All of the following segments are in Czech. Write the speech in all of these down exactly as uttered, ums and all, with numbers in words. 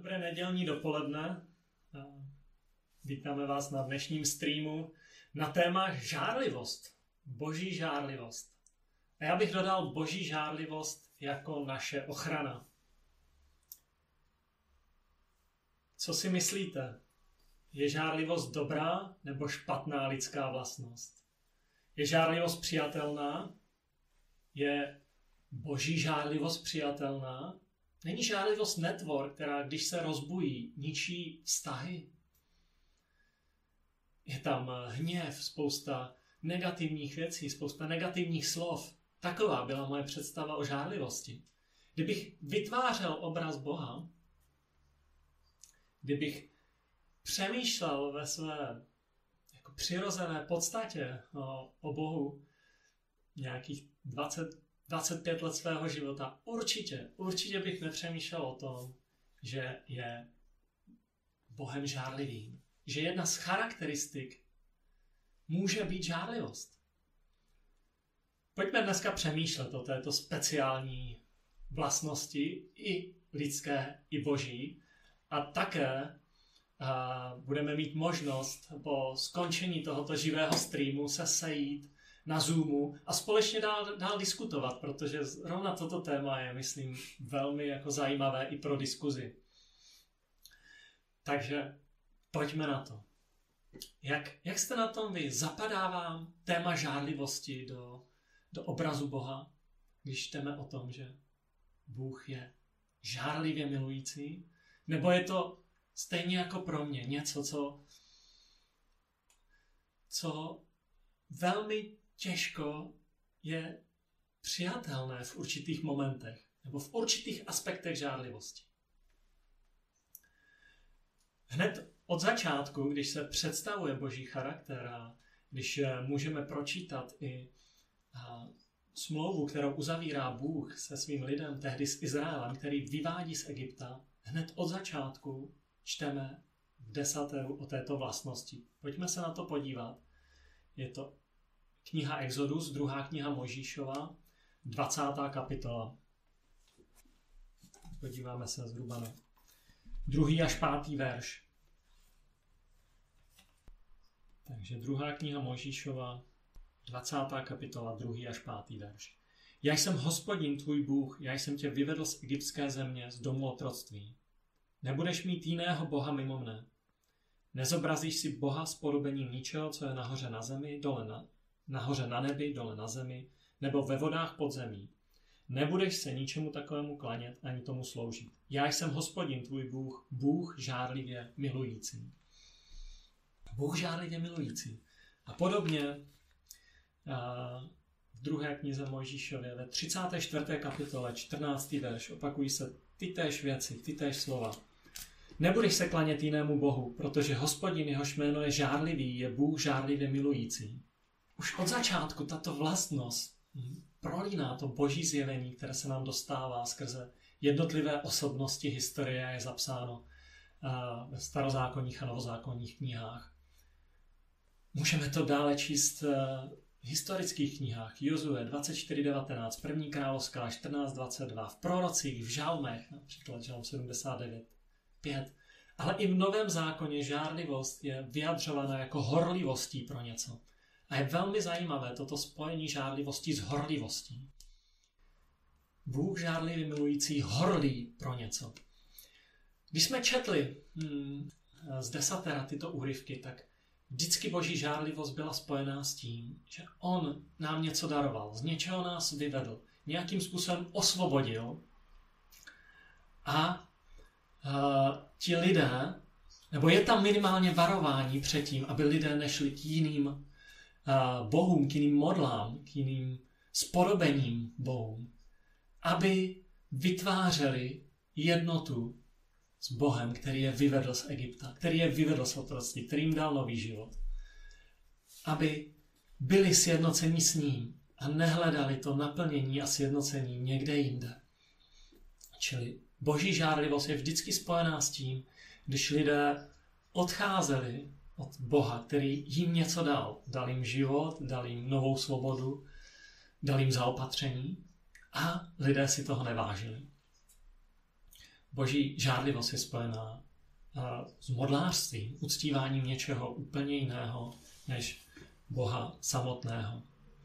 Dobré nedělní dopoledne. Vítáme vás na dnešním streamu na téma žárlivost. Boží žárlivost. A já bych dodal boží žárlivost jako naše ochrana. Co si myslíte? Je žárlivost dobrá nebo špatná lidská vlastnost? Je žárlivost přijatelná? Je boží žárlivost přijatelná? Není žárlivost netvor, která když se rozbují, ničí vztahy? Je tam hněv, spousta negativních věcí, spousta negativních slov. Taková byla moje představa o žárlivosti. Kdybych vytvářel obraz Boha, kdybych přemýšlel ve své jako přirozené podstatě o, o Bohu nějakých dvacet, dvacet pět let svého života, určitě, určitě bych nepřemýšlel o tom, že je Bohem žárlivým. Že jedna z charakteristik může být žárlivost. Pojďme dneska přemýšlet o této speciální vlastnosti, i lidské, i boží. A také a, budeme mít možnost po skončení tohoto živého streamu se sejít na Zoomu a společně dál, dál diskutovat, protože zrovna toto téma je, myslím, velmi jako zajímavé i pro diskuzi. Takže pojďme na to. Jak, jak jste na tom vy? Zapadá vám téma žárlivosti do, do obrazu Boha, když čteme o tom, že Bůh je žárlivě milující? Nebo je to stejně jako pro mě něco, co, co velmi těžko je přijatelné v určitých momentech nebo v určitých aspektech žárlivosti? Hned od začátku, když se představuje boží charakter a když můžeme pročítat i a, smlouvu, kterou uzavírá Bůh se svým lidem, tehdy s Izraelem, který vyvádí z Egypta, hned od začátku čteme v desateru o této vlastnosti. Pojďme se na to podívat. Je to kniha Exodus, druhá kniha Mojžíšova, dvacátá kapitola. Podíváme se zhruba na druhý až pátý verš. Takže druhá kniha Mojžíšova, dvacátá kapitola, druhý až pátý verš. Já jsem Hospodin tvůj Bůh, já jsem tě vyvedl z egyptské země, z domu otroctví. Nebudeš mít jiného boha mimo mne. Nezobrazíš si boha s podobením ničeho, co je nahoře na zemi, dole na, nahoře na nebi, dole na zemi, nebo ve vodách pod zemí. Nebudeš se ničemu takovému klanět ani tomu sloužit. Já jsem Hospodin tvůj Bůh, Bůh žárlivě milující. Bůh žárlivě milující. A podobně a v druhé knize Mojžíšově ve třicáté čtvrté kapitole, čtrnáctý verš, opakují se tytéž věci, tytéž slova. Nebudeš se klanět jinému bohu, protože Hospodin, jehož jméno je žárlivý, je Bůh žárlivě milující. Už od začátku tato vlastnost prolíná to boží zjevení, které se nám dostává skrze jednotlivé osobnosti historie, je zapsáno ve starozákonních a novozákonních knihách. Můžeme to dále číst v historických knihách. Jozue dvacet čtyři devatenáct, první královská čtrnáct dvacet dva, v prorocích, v žalmech, například žalm sedmdesát devět pět. Ale i v Novém zákoně žárlivost je vyjadřována jako horlivostí pro něco. A je velmi zajímavé toto spojení žárlivosti s horlivostí. Bůh žárlivě milující horlí pro něco. Když jsme četli hmm, z desatera tyto úryvky, tak vždycky boží žárlivost byla spojená s tím, že on nám něco daroval, z něčeho nás vyvedl, nějakým způsobem osvobodil a uh, ti lidé, nebo je tam minimálně varování před tím, aby lidé nešli k jiným uh, bohům, k jiným modlám, k jiným spodobením bohům, aby vytvářeli jednotu s Bohem, který je vyvedl z Egypta, který je vyvedl z otroctví, který jim dal nový život. Aby byli sjednoceni s ním a nehledali to naplnění a sjednocení někde jinde. Čili boží žárlivost je vždycky spojená s tím, když lidé odcházeli od Boha, který jim něco dal. Dal jim život, dal jim novou svobodu, dal jim zaopatření a lidé si toho nevážili. Boží žárlivost je spojená s modlářstvím, uctíváním něčeho úplně jiného než Boha samotného.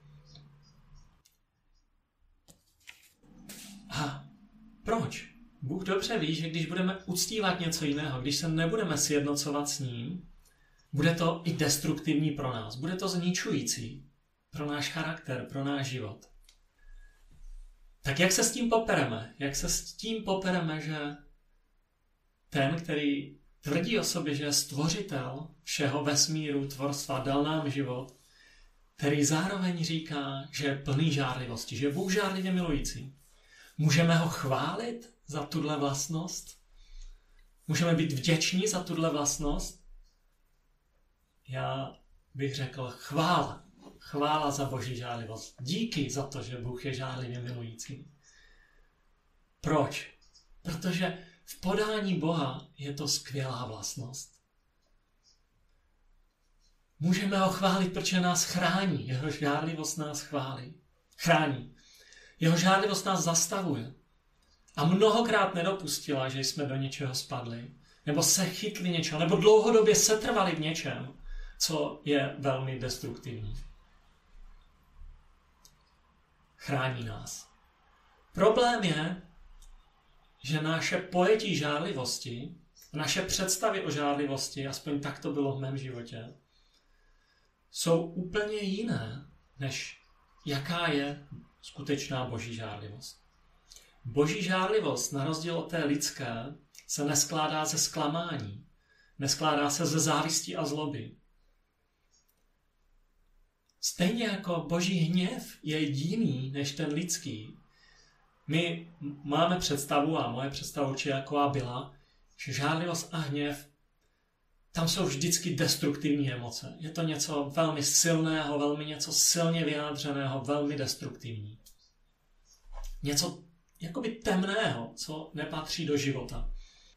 A proč? Bůh dobře ví, že když budeme uctívat něco jiného, když se nebudeme sjednocovat s ním, bude to i destruktivní pro nás. Bude to zničující pro náš charakter, pro náš život. Tak jak se s tím popereme? Jak se s tím popereme, že ten, který tvrdí o sobě, že je stvořitel všeho vesmíru, tvorstva, dal nám život, který zároveň říká, že je plný žárlivosti, že je Bůh žárlivě milující. Můžeme ho chválit za tuhle vlastnost? Můžeme být vděční za tuhle vlastnost? Já bych řekl chvála. Chvála za Boží žárlivost. Díky za to, že Bůh je žárlivě milující. Proč? Protože v podání Boha je to skvělá vlastnost. Můžeme ho chválit, protože nás chrání. Jeho žárlivost nás chválí. Chrání. Jeho žárlivost nás zastavuje. A mnohokrát nedopustila, že jsme do něčeho spadli. Nebo se chytli něčeho. Nebo dlouhodobě setrvali v něčem, co je velmi destruktivní. Chrání nás. Problém je, že naše pojetí žárlivosti, naše představy o žárlivosti, aspoň tak to bylo v mém životě, jsou úplně jiné, než jaká je skutečná Boží žárlivost. Boží žárlivost, na rozdíl od té lidské, se neskládá ze zklamání, neskládá se ze závistí a zloby. Stejně jako Boží hněv je jiný než ten lidský. My máme představu, a moje představa určitě jaková byla, že žárlivost a hněv, tam jsou vždycky destruktivní emoce. Je to něco velmi silného, velmi něco silně vyjádřeného, velmi destruktivní. Něco jakoby temného, co nepatří do života.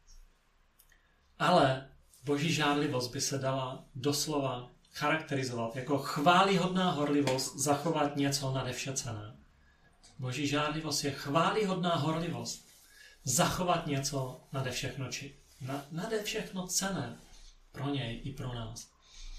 Ale Boží žárlivost by se dala doslova charakterizovat jako chválihodná horlivost zachovat něco nade vše cenné. Boží žárlivost je chválihodná horlivost zachovat něco nade všechno, či na, nade všechno cenné pro něj i pro nás.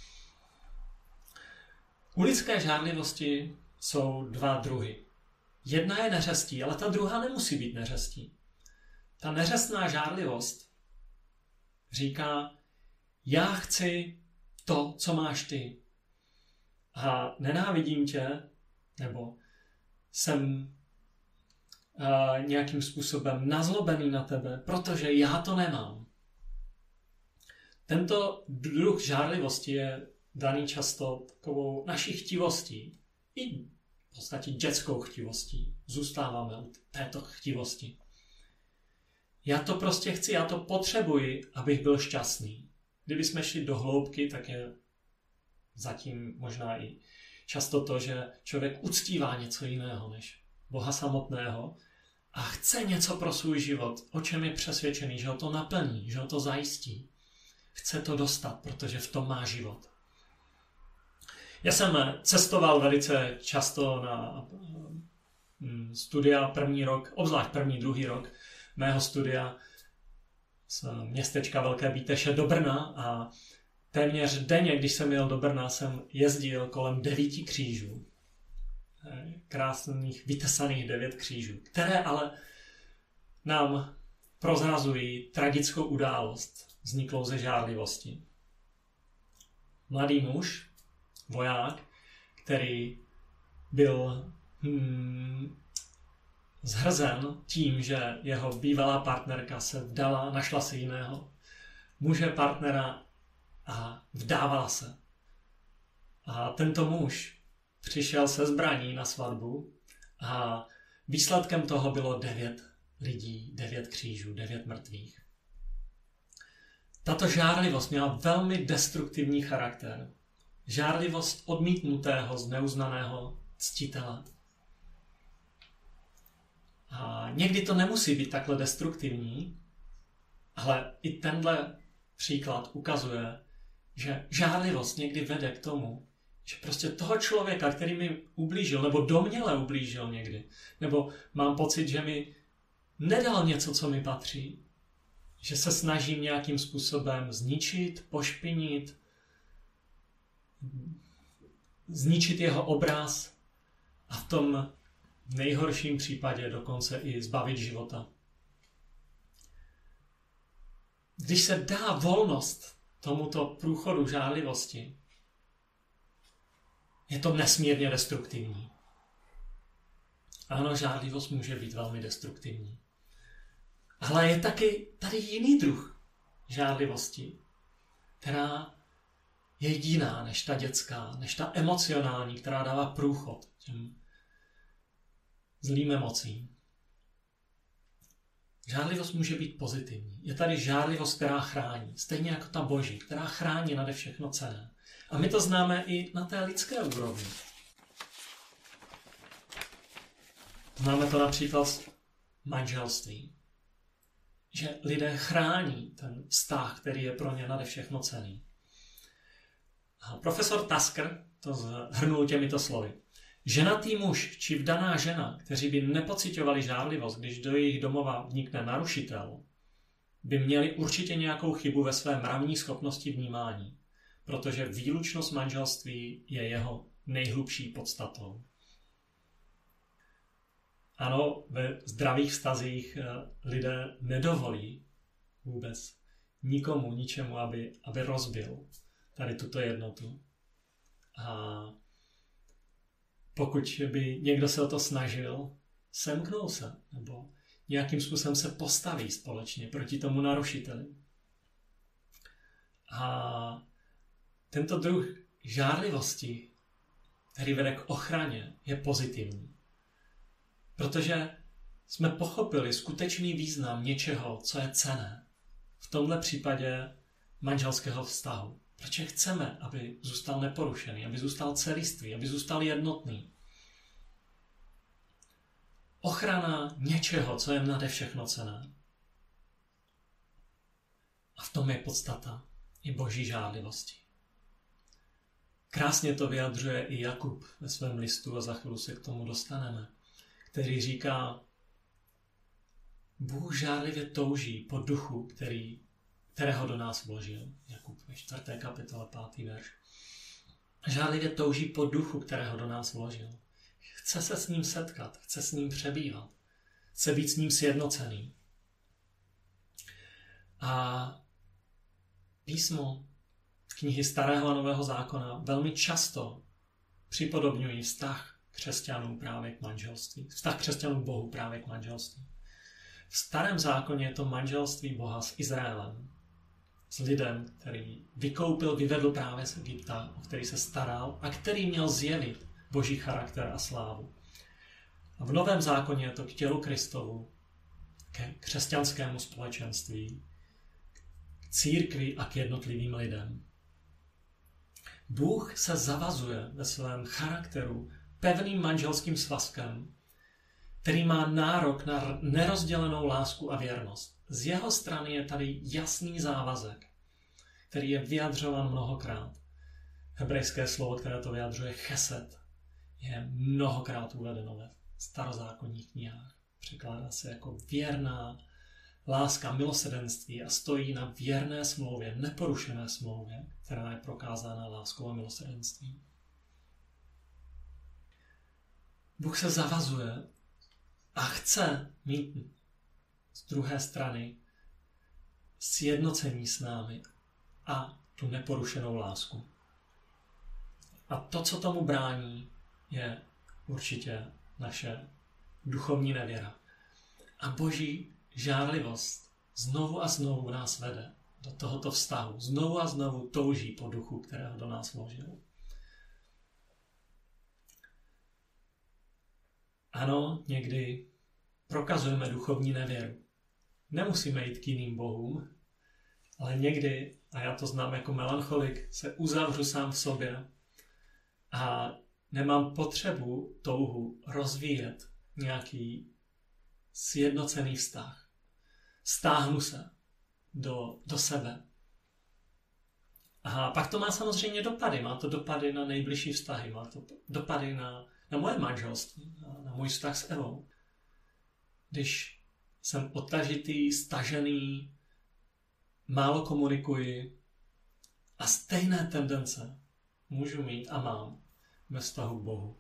U lidské žárlivosti jsou dva druhy. Jedna je neřestí, ale ta druhá nemusí být neřestí. Ta neřestná žárlivost říká, já chci to, co máš ty. A nenávidím tě, nebo jsem uh, nějakým způsobem nazlobený na tebe, protože já to nemám. Tento druh žárlivosti je daný často takovou naší chtivostí. I v podstatě dětskou chtivostí. Zůstáváme u této chtivosti. Já to prostě chci, já to potřebuji, abych byl šťastný. Kdybychom šli do hloubky, tak je zatím možná i často to, že člověk uctívá něco jiného než Boha samotného a chce něco pro svůj život, o čem je přesvědčený, že ho to naplní, že ho to zajistí. Chce to dostat, protože v tom má život. Já jsem cestoval velice často na studia první rok, obzvlášť první, druhý rok mého studia z městečka Velké Bíteše do Brna a téměř denně, když jsem jel do Brna, jsem jezdil kolem devíti křížů. Krásných, vytesaných devět křížů, které ale nám prozrazují tragickou událost vzniklou ze žárlivosti. Mladý muž, voják, který byl hmm, zhrzen tím, že jeho bývalá partnerka se vdala, našla si jiného muže, partnera a vdávala se. A tento muž přišel se zbraní na svatbu a výsledkem toho bylo devět lidí, devět křížů, devět mrtvých. Tato žárlivost měla velmi destruktivní charakter. Žárlivost odmítnutého, zneuznaného ctitele. A někdy to nemusí být takhle destruktivní, ale i tenhle příklad ukazuje, že žárlivost někdy vede k tomu, že prostě toho člověka, který mi ublížil, nebo domněle ublížil někdy, nebo mám pocit, že mi nedal něco, co mi patří, že se snažím nějakým způsobem zničit, pošpinit, zničit jeho obraz a v tom nejhorším případě dokonce i zbavit života. Když se dá volnost tomuto průchodu žárlivosti, je to nesmírně destruktivní. Ano, žárlivost může být velmi destruktivní. Ale je taky tady jiný druh žárlivosti, která je jiná než ta dětská, než ta emocionální, která dává průchod těm zlým emocím. Žárlivost může být pozitivní. Je tady žárlivost, která chrání, stejně jako ta boží, která chrání nade všechno cenné. A my to známe i na té lidské úrovni. Známe to například z manželství. Že lidé chrání ten vztah, který je pro ně nade všechno cenný. A profesor Tasker to zhrnul těmito slovy. Ženatý muž či vdaná žena, kteří by nepociťovali žárlivost, když do jejich domova vnikne narušitel, by měli určitě nějakou chybu ve své mravní schopnosti vnímání, protože výlučnost manželství je jeho nejhlubší podstatou. Ano, ve zdravých vztazích lidé nedovolí vůbec nikomu, ničemu, aby, aby rozbil tady tuto jednotu. A pokud by někdo se o to snažil, semknou se, nebo nějakým způsobem se postaví společně proti tomu narušiteli. A tento druh žárlivosti, který vede k ochraně, je pozitivní. Protože jsme pochopili skutečný význam něčeho, co je cenné. V tomhle případě manželského vztahu. Protože chceme, aby zůstal neporušený, aby zůstal celistvý, aby zůstal jednotný. Ochrana něčeho, co je nade všechno cenné. A v tom je podstata i boží žárlivosti. Krásně to vyjadřuje i Jakub ve svém listu a za chvíli se k tomu dostaneme, který říká, Bůh žárlivě touží po duchu, který, kterého do nás vložil. Jakub ve čtvrté kapitole, pátý verš. Žárlivě touží po duchu, kterého do nás vložil. Chce se s ním setkat, chce s ním přebývat, chce být s ním sjednocený. A písmo knihy Starého a Nového zákona velmi často připodobňují vztah křesťanů právě k manželství. Vztah křesťanů k Bohu právě k manželství. V Starém zákoně je to manželství Boha s Izraelem. S lidem, který vykoupil, vyvedl právě z Egypta, o který se staral a který měl zjevit boží charakter a slávu. A v Novém zákoně je to k tělu Kristovu, ke křesťanskému společenství, k církvi a k jednotlivým lidem. Bůh se zavazuje ve svém charakteru pevným manželským svazkem, který má nárok na nerozdělenou lásku a věrnost. Z jeho strany je tady jasný závazek, který je vyjadřovan mnohokrát. Hebrejské slovo, které to vyjadřuje, chesed, je mnohokrát uvedeno ve starozákonních knihách. Překládá se jako věrná láska, milosrdenství a stojí na věrné smlouvě, neporušené smlouvě, která je prokázána láskou a milosrdenstvím. Bůh se zavazuje a chce mít z druhé strany sjednocení s námi a tu neporušenou lásku. A to, co tomu brání, je určitě naše duchovní nevěra. A boží žárlivost znovu a znovu nás vede do tohoto vztahu. Znovu a znovu touží po duchu, kterého do nás vložil. Ano, někdy prokazujeme duchovní nevěru. Nemusíme jít k jiným bohům, ale někdy, a já to znám jako melancholik, se uzavřu sám v sobě a nemám potřebu, touhu rozvíjet nějaký sjednocený vztah. Stáhnu se do, do sebe. A pak to má samozřejmě dopady. Má to dopady na nejbližší vztahy. Má to dopady na, na moje manželství, na, na můj vztah s Evou. Když jsem odtažitý, stažený málo komunikuji a stejné tendence můžu mít a mám ve vztahu k Bohu.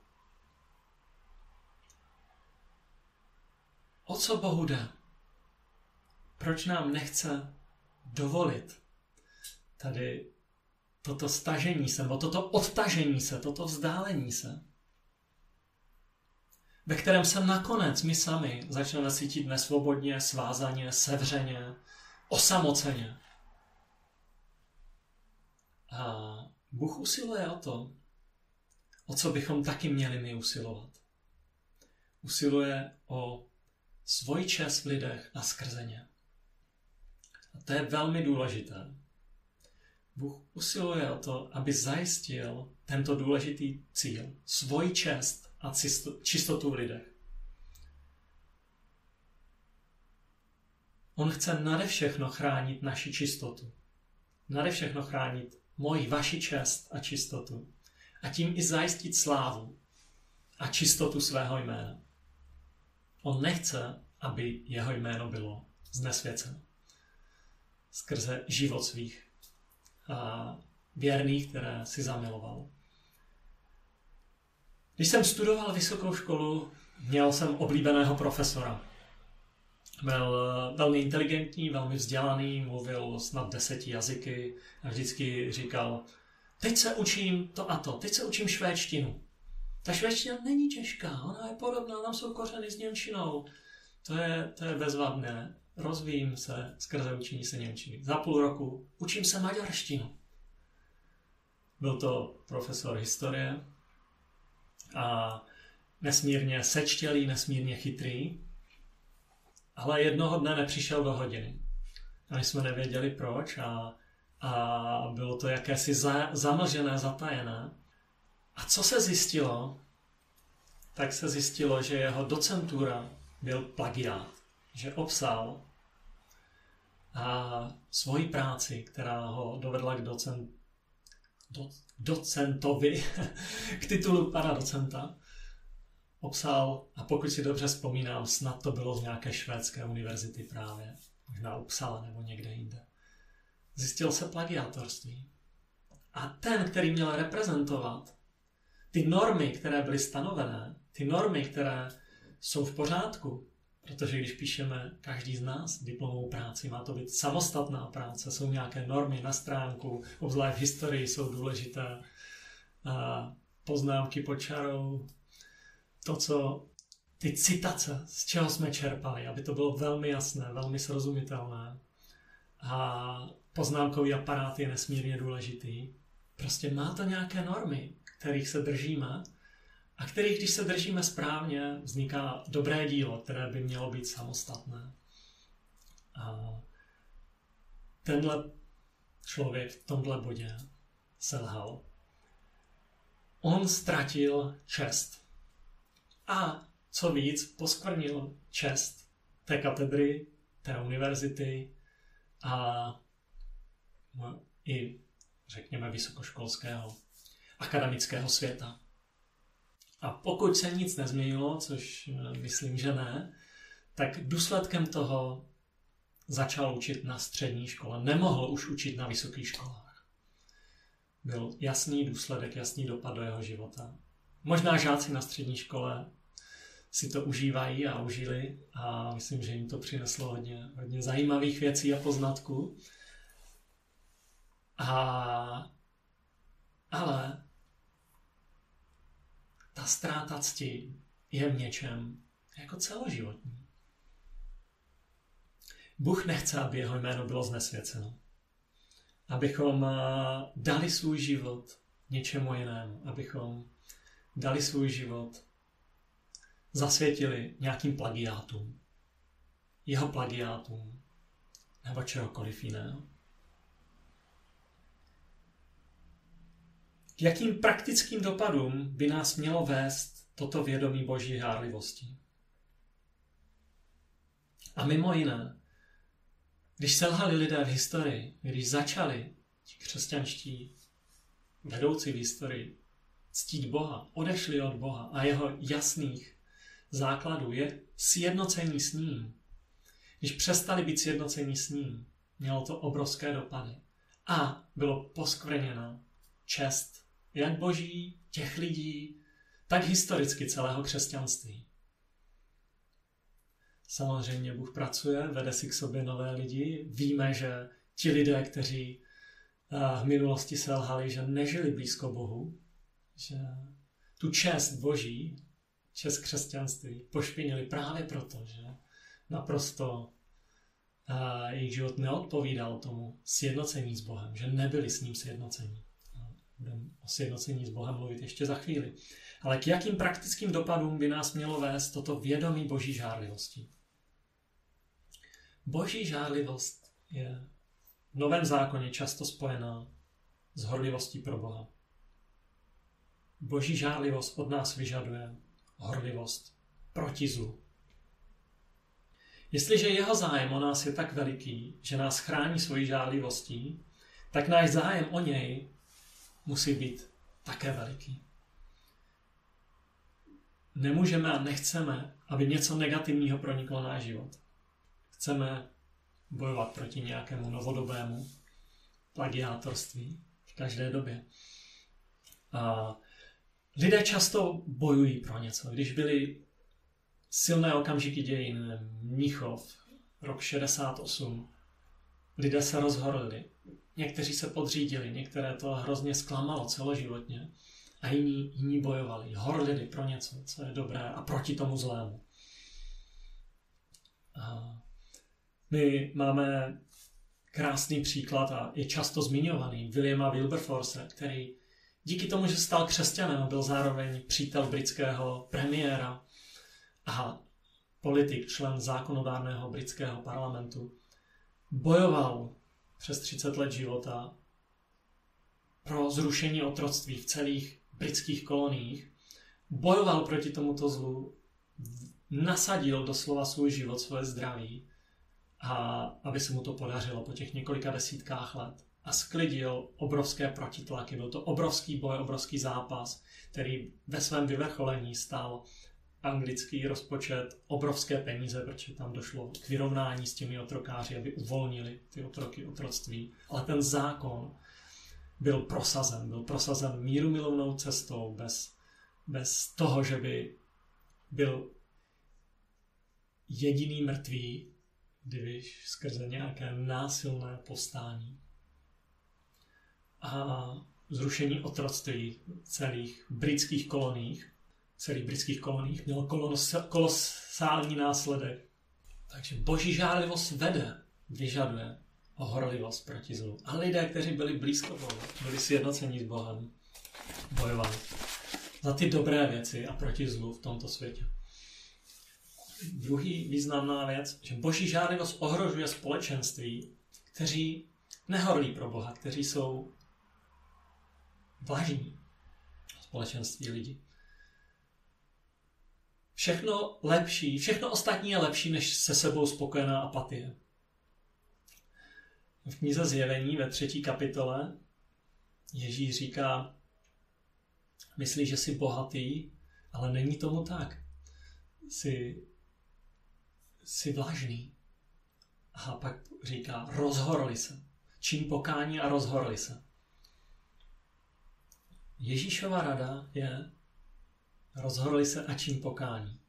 O co Bohu jde? Proč nám nechce dovolit tady toto stažení se, nebo toto odtažení se, toto vzdálení se, ve kterém se nakonec my sami začneme cítit nesvobodně, svázaně, sevřeně, osamoceně. A Bůh usiluje o to, o co bychom taky měli my usilovat. Usiluje o svoji čest v lidech a skrze ně. A to je velmi důležité. Bůh usiluje o to, aby zajistil tento důležitý cíl, svoji čest a čistotu v lidech. On chce nade všechno chránit naši čistotu. Nade všechno chránit moji, vaši čest a čistotu. A tím i zajistit slávu a čistotu svého jména. On nechce, aby jeho jméno bylo znesvěceno. Skrze život svých a věrných, které si zamiloval. Když jsem studoval vysokou školu, měl jsem oblíbeného profesora. Byl velmi inteligentní, velmi vzdělaný, mluvil snad deseti jazyky a vždycky říkal, teď se učím to a to, teď se učím švédštinu. Ta švédština není těžká, ona je podobná, tam jsou kořeny s němčinou. To je, to je bezvadné. Rozvíjím se skrze učení se němčiny. Za půl roku učím se maďarštinu. Byl to profesor historie a nesmírně sečtělý, nesmírně chytrý, ale jednoho dne nepřišel do hodiny. A my jsme nevěděli proč a, a bylo to jakési za, zamlžené, zatajené. A co se zjistilo? Tak se zjistilo, že jeho docentura byl plagiát, že obsal a svoji práci, která ho dovedla k docent, do, docentovi, k titulu pana docenta, obsal, a pokud si dobře vzpomínám, snad to bylo z nějaké švédské univerzity právě, možná Uppsala nebo někde jinde. Zjistil se plagiátorství. A ten, který měl reprezentovat ty normy, které byly stanovené, ty normy, které jsou v pořádku, protože když píšeme každý z nás diplomovou práci, má to být samostatná práce, jsou nějaké normy na stránku, obzvlášť v historii jsou důležité a poznámky pod čarou, to, co ty citace, z čeho jsme čerpali, aby to bylo velmi jasné, velmi srozumitelné. A poznámkový aparát je nesmírně důležitý. Prostě má to nějaké normy, kterých se držíme a kterých, když se držíme správně, vzniká dobré dílo, které by mělo být samostatné. A tenhle člověk v tomhle bodě selhal. On ztratil čest. A co víc, poskvrnil čest té katedry, té univerzity a i, řekněme, vysokoškolského akademického světa. A pokud se nic nezměnilo, což myslím, že ne, tak důsledkem toho začal učit na střední škole. Nemohl už učit na vysokých školách. Byl jasný důsledek, jasný dopad do jeho života. Možná žáci na střední škole si to užívají a užili a myslím, že jim to přineslo hodně, hodně zajímavých věcí a poznatků. A, ale ta ztráta cti je v něčem jako celoživotní. Bůh nechce, aby jeho jméno bylo znesvěceno. Abychom dali svůj život něčemu jinému. Abychom dali svůj život, zasvětili nějakým plagiátům. Jeho plagiátům. Nebo čehokoliv jiného. K jakým praktickým dopadům by nás mělo vést toto vědomí Boží hárlivosti? A mimo jiné, když selhali lidé v historii, když začali ti křesťanští vedoucí v historii ctít Boha, odešli od Boha a jeho jasných základů je sjednocení s ním. Když přestali být sjednocení s ním, Mělo to obrovské dopady. A bylo poskvrněna čest jak boží, těch lidí, tak historicky celého křesťanství. Samozřejmě Bůh pracuje, vede si k sobě nové lidi. Víme, že ti lidé, kteří v minulosti selhali, že nežili blízko Bohu, že tu čest boží, čest křesťanství pošpinili právě proto, že naprosto jejich život neodpovídal tomu sjednocení s Bohem, že nebyli s ním sjednocení. Budeme o sjednocení s Bohem mluvit ještě za chvíli. Ale k jakým praktickým dopadům by nás mělo vést toto vědomí boží žárlivosti? Boží žárlivost je v Novém zákoně často spojená s horlivostí pro Boha. Boží žárlivost od nás vyžaduje horlivost proti zlu. Jestliže jeho zájem o nás je tak veliký, že nás chrání svojí žárlivostí, tak náš zájem o něj musí být také veliký. Nemůžeme a nechceme, aby něco negativního proniklo náš život. Chceme bojovat proti nějakému novodobému plagiátorství v každé době. A lidé často bojují pro něco. Když byly silné okamžiky dějin, Mnichov, rok šedesát osm, lidé se rozhorlili. Někteří se podřídili, některé to hrozně zklamalo celoživotně a jiní, jiní bojovali, horlili pro něco, co je dobré a proti tomu zlému. A my máme krásný příklad a je často zmiňovaný Williama Wilberforce, který díky tomu, že stal křesťanem, byl zároveň přítel britského premiéra a politik, člen zákonodárného britského parlamentu, bojoval přes třicet let života pro zrušení otroctví v celých britských koloniích, bojoval proti tomuto zlu, nasadil doslova svůj život, svoje zdraví, a aby se mu to podařilo po těch několika desítkách let. A sklidil obrovské protitlaky. Byl to obrovský boj, obrovský zápas, který ve svém vyvrcholení stál anglický rozpočet obrovské peníze, protože tam došlo k vyrovnání s těmi otrokáři, aby uvolnili ty otroky otroctví. Ale ten zákon byl prosazen. Byl prosazen mírumilovnou cestou, bez, bez toho, že by byl jediný mrtvý, když skrze nějaké násilné povstání a zrušení otroctví celých britských koloniích, celých britských koloniích mělo kolosální následek. Takže boží žárlivost vede, vyžaduje horlivost proti zlu. A lidé, kteří byli blízko Bohu, byli sjednocení s Bohem, bojovali za ty dobré věci a proti zlu v tomto světě. Druhý významná věc, že boží žárlivost ohrožuje společenství, kteří nehorlí pro Boha, kteří jsou vlažní společenství lidí. Všechno lepší, všechno ostatní je lepší, než se sebou spokojená apatie. V knize Zjevení ve třetí kapitole Ježíš říká, myslíš, že jsi bohatý, ale není tomu tak. Jsi, jsi vlažný. A pak říká, rozhorli se. Čin pokání a rozhorli se. Ježíšova rada je rozhorli se a čin pokání.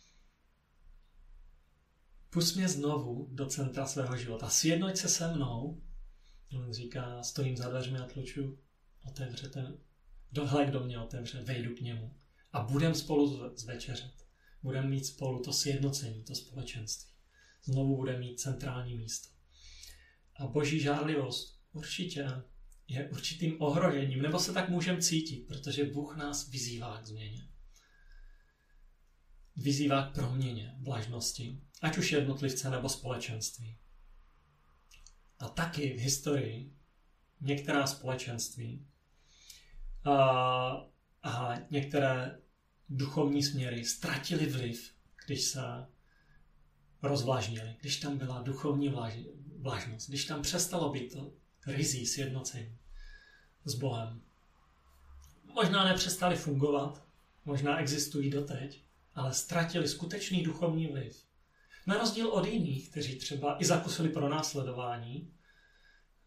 Pusť mě znovu do centra svého života. Sjednoť se se mnou. On říká, stojím za dveřmi a tluču. Otevřete. Dohle, kdo mě otevře, vejdu k němu. A budeme spolu zvečeřet. Budeme mít spolu to sjednocení, to společenství. Znovu bude mít centrální místo. A boží žárlivost určitě je určitým ohrožením, nebo se tak můžeme cítit, protože Bůh nás vyzývá k změně. Vyzývá k proměně, vlažnosti, ať už jednotlivce nebo společenství. A taky v historii některá společenství a, a některé duchovní směry ztratili vliv, když se rozvlažnili, když tam byla duchovní vlažnost, když tam přestalo být to rizí sjednocení s Bohem. Možná nepřestali fungovat, možná existují doteď, ale ztratili skutečný duchovní vliv. Na rozdíl od jiných, kteří třeba i zakusili pronásledování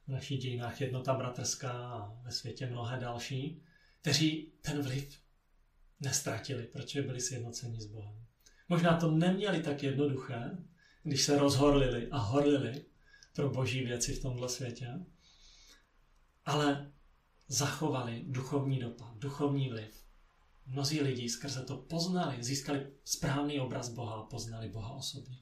v našich dějinách Jednota bratrská a ve světě mnohé další, kteří ten vliv nestratili, protože byli sjednoceni s Bohem. Možná to neměli tak jednoduché, když se rozhorlili a horlili pro boží věci v tomhle světě, ale zachovali duchovní dopad, duchovní vliv. Mnozí lidi skrze to poznali, získali správný obraz Boha a poznali Boha osobně.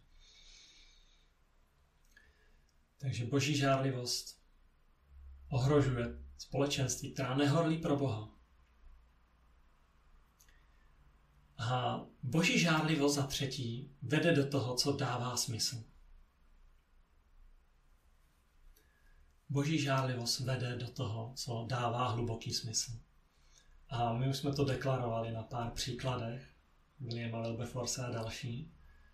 Takže boží žárlivost ohrožuje společenství, která nehorlí pro Boha. A boží žárlivost za třetí vede do toho, co dává smysl. Boží žárlivost vede do toho, co dává hluboký smysl. A my už jsme to deklarovali na pár příkladech, Williama Wilberforce a další.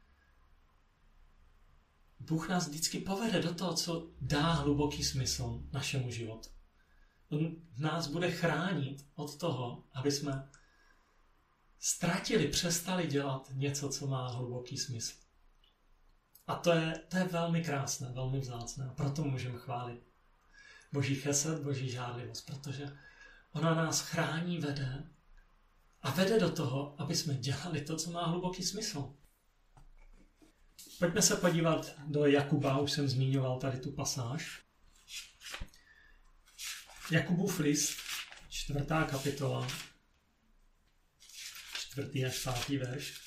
Bůh nás vždycky povede do toho, co dá hluboký smysl našemu životu. On nás bude chránit od toho, aby jsme ztratili, přestali dělat něco, co má hluboký smysl. A to je, to je velmi krásné, velmi vzácné. A proto můžeme chválit boží chesed, boží žárlivost, protože ona nás chrání, vede a vede do toho, aby jsme dělali to, co má hluboký smysl. Pojďme se podívat do Jakuba, už jsem zmiňoval tady tu pasáž. Jakubův list, čtvrtá kapitola, čtvrtý až pátý verš.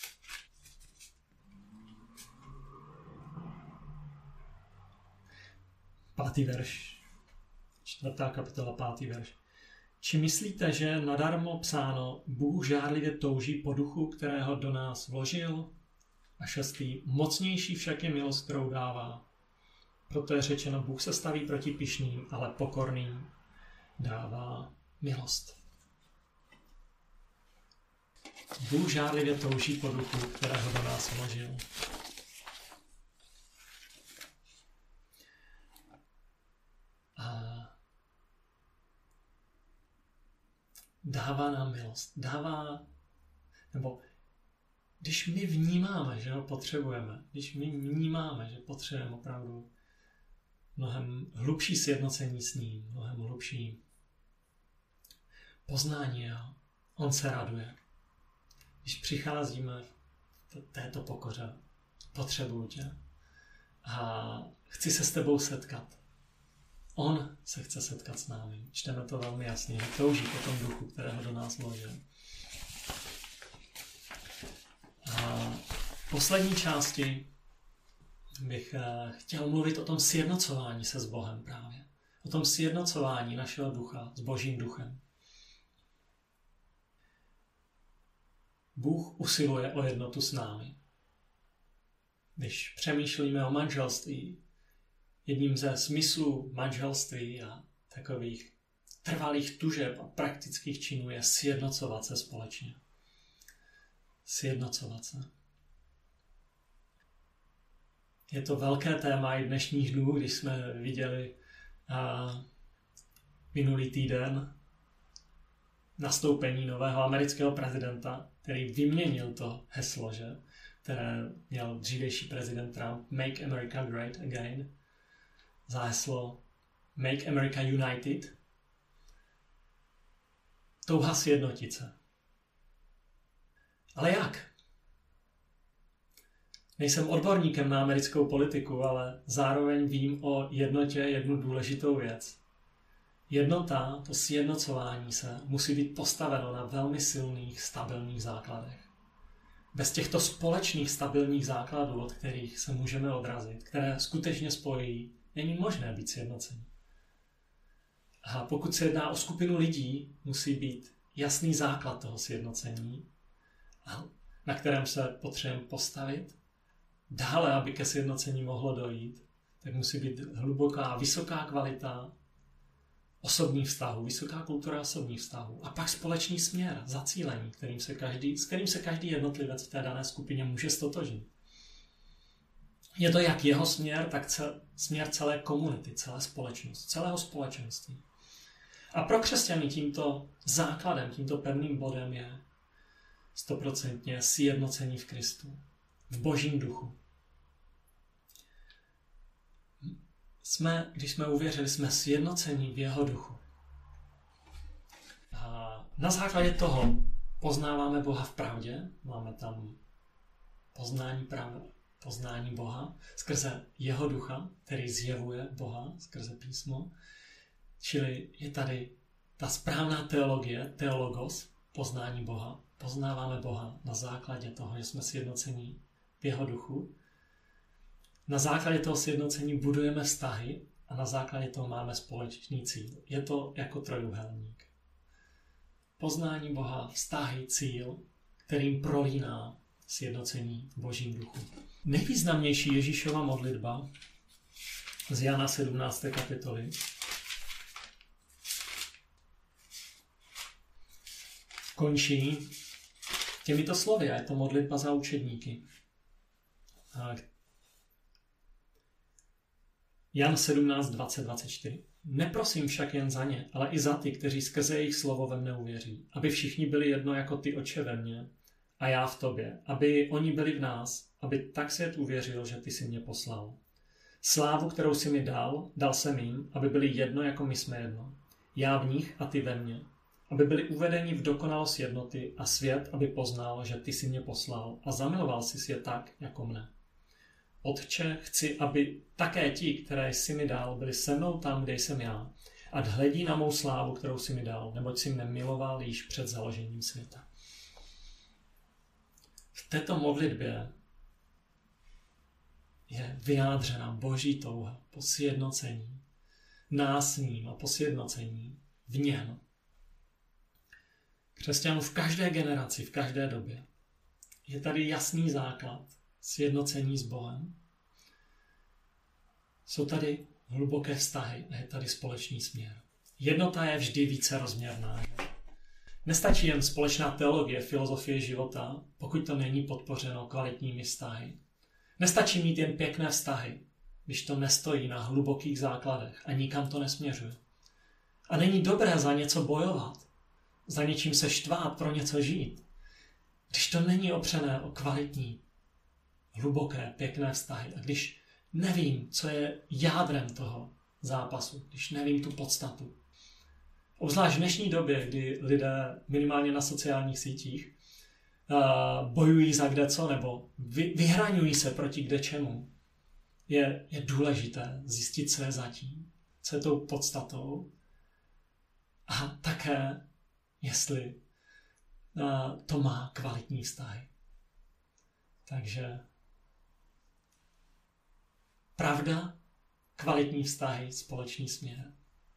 Pátý verš. Čtvrtá kapitola, pátý verš. Či myslíte, že nadarmo psáno, Bůh žárlivě touží po duchu, kterého do nás vložil? A šestý, mocnější však je milost, kterou dává. Proto je řečeno, Bůh se staví proti pyšným, ale pokorným dává milost. Bůh žárlivě touží po duchu, kterého do nás vložil. A dává nám milost. Dává, nebo když my vnímáme, že ho potřebujeme, když my vnímáme, že potřebujeme opravdu mnohem hlubší sjednocení s ním, mnohem hlubší poznání jeho, on se raduje. Když přicházíme v této pokoře, potřebuju tě a chci se s tebou setkat. On se chce setkat s námi. Čteme to velmi jasně, že touží po tom duchu, kterého do nás vložil. A v poslední části bych chtěl mluvit o tom sjednocování se s Bohem právě. O tom sjednocování našeho ducha s Božím duchem. Bůh usiluje o jednotu s námi. Když přemýšlíme o manželství, jedním ze smyslů manželství a takových trvalých tužeb a praktických činů je sjednocovat se společně. Sjednocovat se. Je to velké téma i dnešních dnů, když jsme viděli a, minulý týden nastoupení nového amerického prezidenta, který vyměnil to heslo, že, které měl dřívější prezident Trump, Make America Great Again, za heslo Make America United. Touha sjednotit se. Ale jak? Nejsem odborníkem na americkou politiku, ale zároveň vím o jednotě jednu důležitou věc. Jednota, to sjednocování se, musí být postaveno na velmi silných, stabilních základech. Bez těchto společných stabilních základů, od kterých se můžeme odrazit, které skutečně spojí, není možné být sjednocení. A pokud se jedná o skupinu lidí, musí být jasný základ toho sjednocení, na kterém se potřebujeme postavit. Dále, aby ke sjednocení mohlo dojít, tak musí být hluboká, vysoká kvalita osobních vztahů, vysoká kultura osobních vztahů a pak společný směr, zacílení, kterým se každý, s kterým se každý jednotlivec v té dané skupině může ztotožnit. Je to jak jeho směr, tak cel, směr celé komunity, celé společnosti, celého společenství. A pro křesťany tímto základem, tímto pevným bodem je stoprocentně sjednocení v Kristu, v Božím duchu. jsme, když jsme uvěřili, jsme sjednoceni v jeho duchu. A na základě toho poznáváme Boha v pravdě, máme tam poznání pravdy, poznání Boha skrze jeho ducha, který zjevuje Boha skrze písmo. Čili je tady ta správná teologie, teologos, poznání Boha. Poznáváme Boha na základě toho, že jsme sjednocení v jeho duchu. Na základě toho sjednocení budujeme vztahy a na základě toho máme společný cíl. Je to jako trojúhelník. Poznání Boha, vztahy, cíl, kterým prolíná sjednocení v Božím duchu. Nejvýznamnější Ježíšova modlitba z Jana sedmnácté kapitoly končí těmito slovy a je to modlitba za učedníky. Jan sedmnáct, dvacet, dvacet čtyři. Neprosím však jen za ně, ale i za ty, kteří skrze jejich slovo ve mne uvěří, aby všichni byli jedno jako ty, Otče, ve mně a já v tobě, aby oni byli v nás, aby tak svět uvěřil, že ty jsi mě poslal. Slávu, kterou jsi mi dal, dal jsem jim, aby byli jedno jako my jsme jedno. Já v nich a ty ve mně, aby byli uvedeni v dokonalost jednoty a svět, aby poznal, že ty jsi mě poslal a zamiloval jsi je tak, jako mne. Otče, chci, aby také ti, které jsi mi dal, byli se mnou tam, kde jsem já. Ať hledí na mou slávu, kterou jsi mi dal, neboť jsi mne miloval již před založením světa. V této modlitbě je vyjádřena Boží touha po sjednocení, nás s ním a po sjednocení v něm. Křesťanů v každé generaci, v každé době je tady jasný základ sjednocení s Bohem. Jsou tady hluboké vztahy a je tady společný směr. Jednota je vždy více rozměrná. Nestačí jen společná teologie, filozofie života, pokud to není podpořeno kvalitními vztahy. Nestačí mít jen pěkné vztahy, když to nestojí na hlubokých základech a nikam to nesměřuje. A není dobré za něco bojovat, za něčím se štvát, pro něco žít, když to není opřené o kvalitní, hluboké, pěkné vztahy. A když nevím, co je jádrem toho zápasu, když nevím tu podstatu. Obzvlášť v dnešní době, kdy lidé minimálně na sociálních sítích uh, bojují za kde co, nebo vy, vyhraňují se proti kde čemu, je, je důležité zjistit, co je zatím, co je tou podstatou a také, jestli uh, to má kvalitní vztahy. Takže pravda, kvalitní vztahy, společný směr.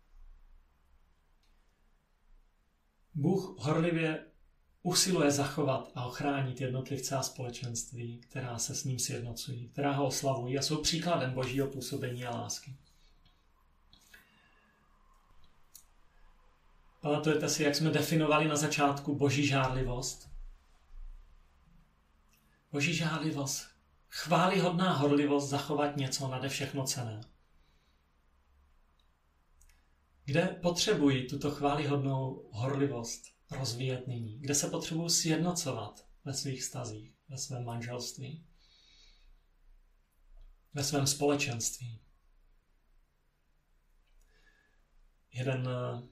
Bůh horlivě usiluje zachovat a ochránit jednotlivce a společenství, která se s ním sjednocují, která ho oslavují a jsou příkladem Božího působení a lásky. Pamatujete si, jak jsme definovali na začátku Boží žárlivost? Boží žárlivost, chvályhodná horlivost zachovat něco nade všechno cenné. Kde potřebují tuto chvályhodnou horlivost rozvíjet nyní? Kde se potřebují sjednocovat ve svých vztazích, ve svém manželství, ve svém společenství? Jeden uh,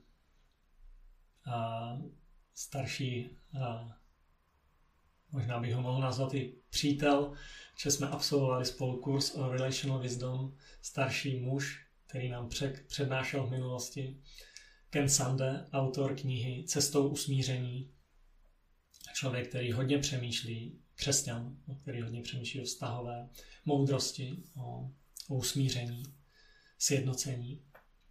uh, starší, uh, možná bych ho mohl nazvat i přítel, že jsme absolvovali spolu kurz o Relational Wisdom, starší muž, který nám přednášel v minulosti, Ken Sande, autor knihy Cestou usmíření. Člověk, který hodně přemýšlí, křesťan, který hodně přemýšlí o vztahové moudrosti, o, o usmíření, sjednocení.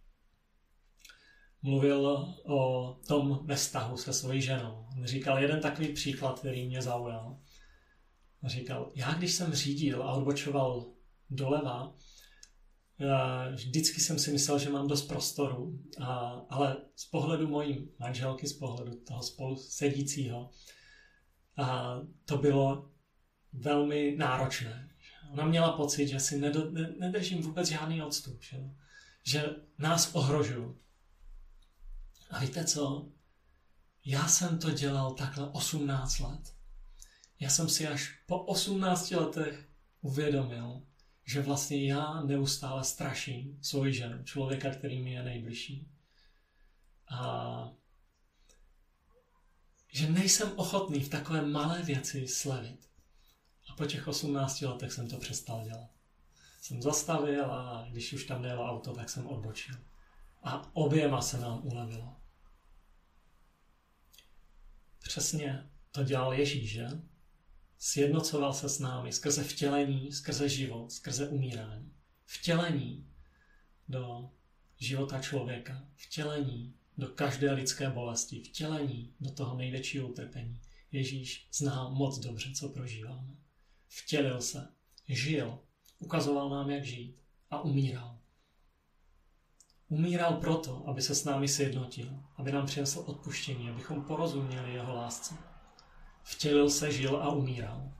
Mluvil o tom ve vztahu se svojí ženou. On říkal jeden takový příklad, který mě zaujal. On říkal, já když jsem řídil a odbočoval doleva, vždycky jsem si myslel, že mám dost prostoru, a, ale z pohledu mojí manželky, z pohledu toho spolu sedícího, a to bylo velmi náročné. Ona měla pocit, že si nedo, ne, nedržím vůbec žádný odstup, že, že nás ohrožují. A víte co? Já jsem to dělal takhle osmnáct let. Já jsem si až po osmnácti letech uvědomil, že vlastně já neustále straším svoji ženu, člověka, který mi je nejbližší. A že nejsem ochotný v takové malé věci slevit. A po těch osmnácti letech jsem to přestal dělat. Jsem zastavil a když už tam nejelo auto, tak jsem odbočil. A oběma se nám ulevilo. Přesně to dělal Ježíš, že? Sjednocoval se s námi skrze vtělení, skrze život, skrze umírání. Vtělení do života člověka. Vtělení do každé lidské bolesti. Vtělení do toho největšího utrpení. Ježíš zná moc dobře, co prožíváme. Vtělil se, žil, ukazoval nám, jak žít a umíral. Umíral proto, aby se s námi sjednotil, aby nám přinesl odpuštění, abychom porozuměli jeho lásce. Vtělil se, žil a umíral.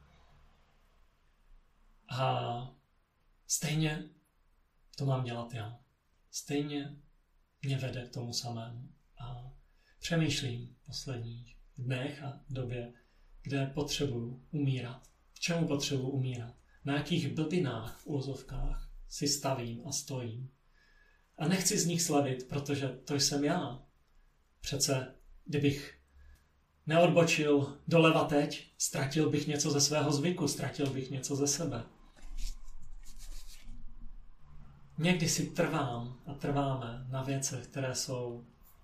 A stejně to mám dělat já. Stejně mě vede k tomu samému. A přemýšlím v posledních dnech a době, kde potřebuju umírat. V čemu potřebuju umírat? Na jakých blbinách v úvozovkách si stavím a stojím. A nechci z nich slavit, protože to jsem já. Přece, kdybych neodbočil doleva teď, ztratil bych něco ze svého zvyku, ztratil bych něco ze sebe. Někdy si trvám a trváme na věcech, které jsou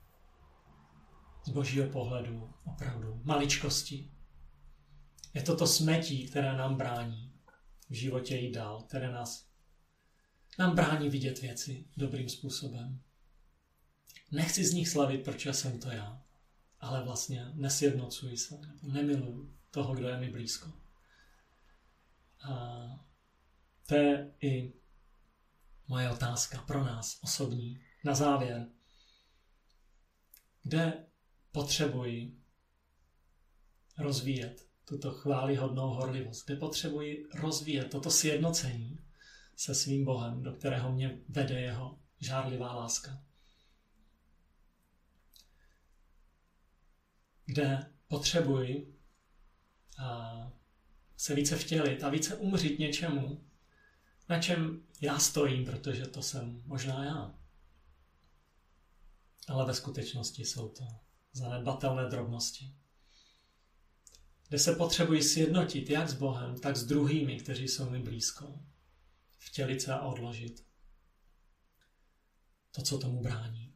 z božího pohledu opravdu maličkosti. Je to to smetí, které nám brání v životě jít dál, které nás nám brání vidět věci dobrým způsobem. Nechci z nich slavit, protože jsem to já, ale vlastně nesjednocuji se, nebo nemiluji toho, kdo je mi blízko. A to je i moje otázka pro nás osobní. Na závěr, kde potřebuji rozvíjet tuto chvályhodnou horlivost, kde potřebuji rozvíjet toto sjednocení se svým Bohem, do kterého mě vede jeho žárlivá láska. Kde potřebuji a se více vtělit a více umřít něčemu, na čem já stojím, protože to jsem možná já. Ale ve skutečnosti jsou to zanedbatelné drobnosti. Kde se potřebuji sjednotit jak s Bohem, tak s druhými, kteří jsou mi blízko. Vtělit se a odložit to, co tomu brání.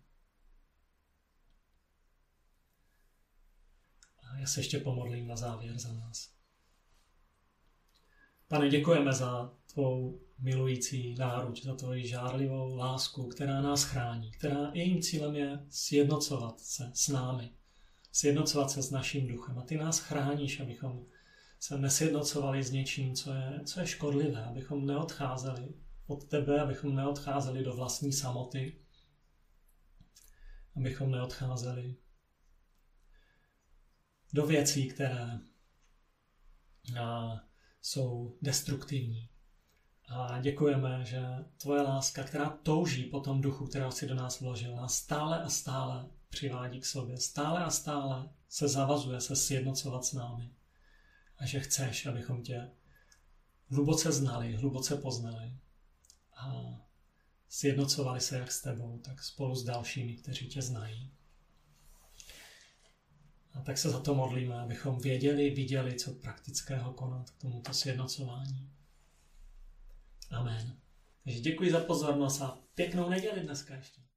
A já se ještě pomodlím na závěr za nás. Pane, děkujeme za tvou milující náruč, za tvoji žárlivou lásku, která nás chrání, která jejím cílem je sjednocovat se s námi, sjednocovat se s naším duchem. A ty nás chráníš, abychom se nesjednocovali s něčím, co je, co je škodlivé, abychom neodcházeli od tebe, abychom neodcházeli do vlastní samoty, abychom neodcházeli do věcí, které a, jsou destruktivní. A děkujeme, že tvoje láska, která touží po tom duchu, kterého jsi do nás vložil, nás stále a stále přivádí k sobě. Stále a stále se zavazuje se sjednocovat s námi. A že chceš, abychom tě hluboce znali, hluboce poznali a sjednocovali se jak s tebou, tak spolu s dalšími, kteří tě znají. A tak se za to modlíme, abychom věděli, viděli, co praktického konat k tomuto sjednocování. Amen. Takže děkuji za pozornost a pěknou neděli dneska ještě.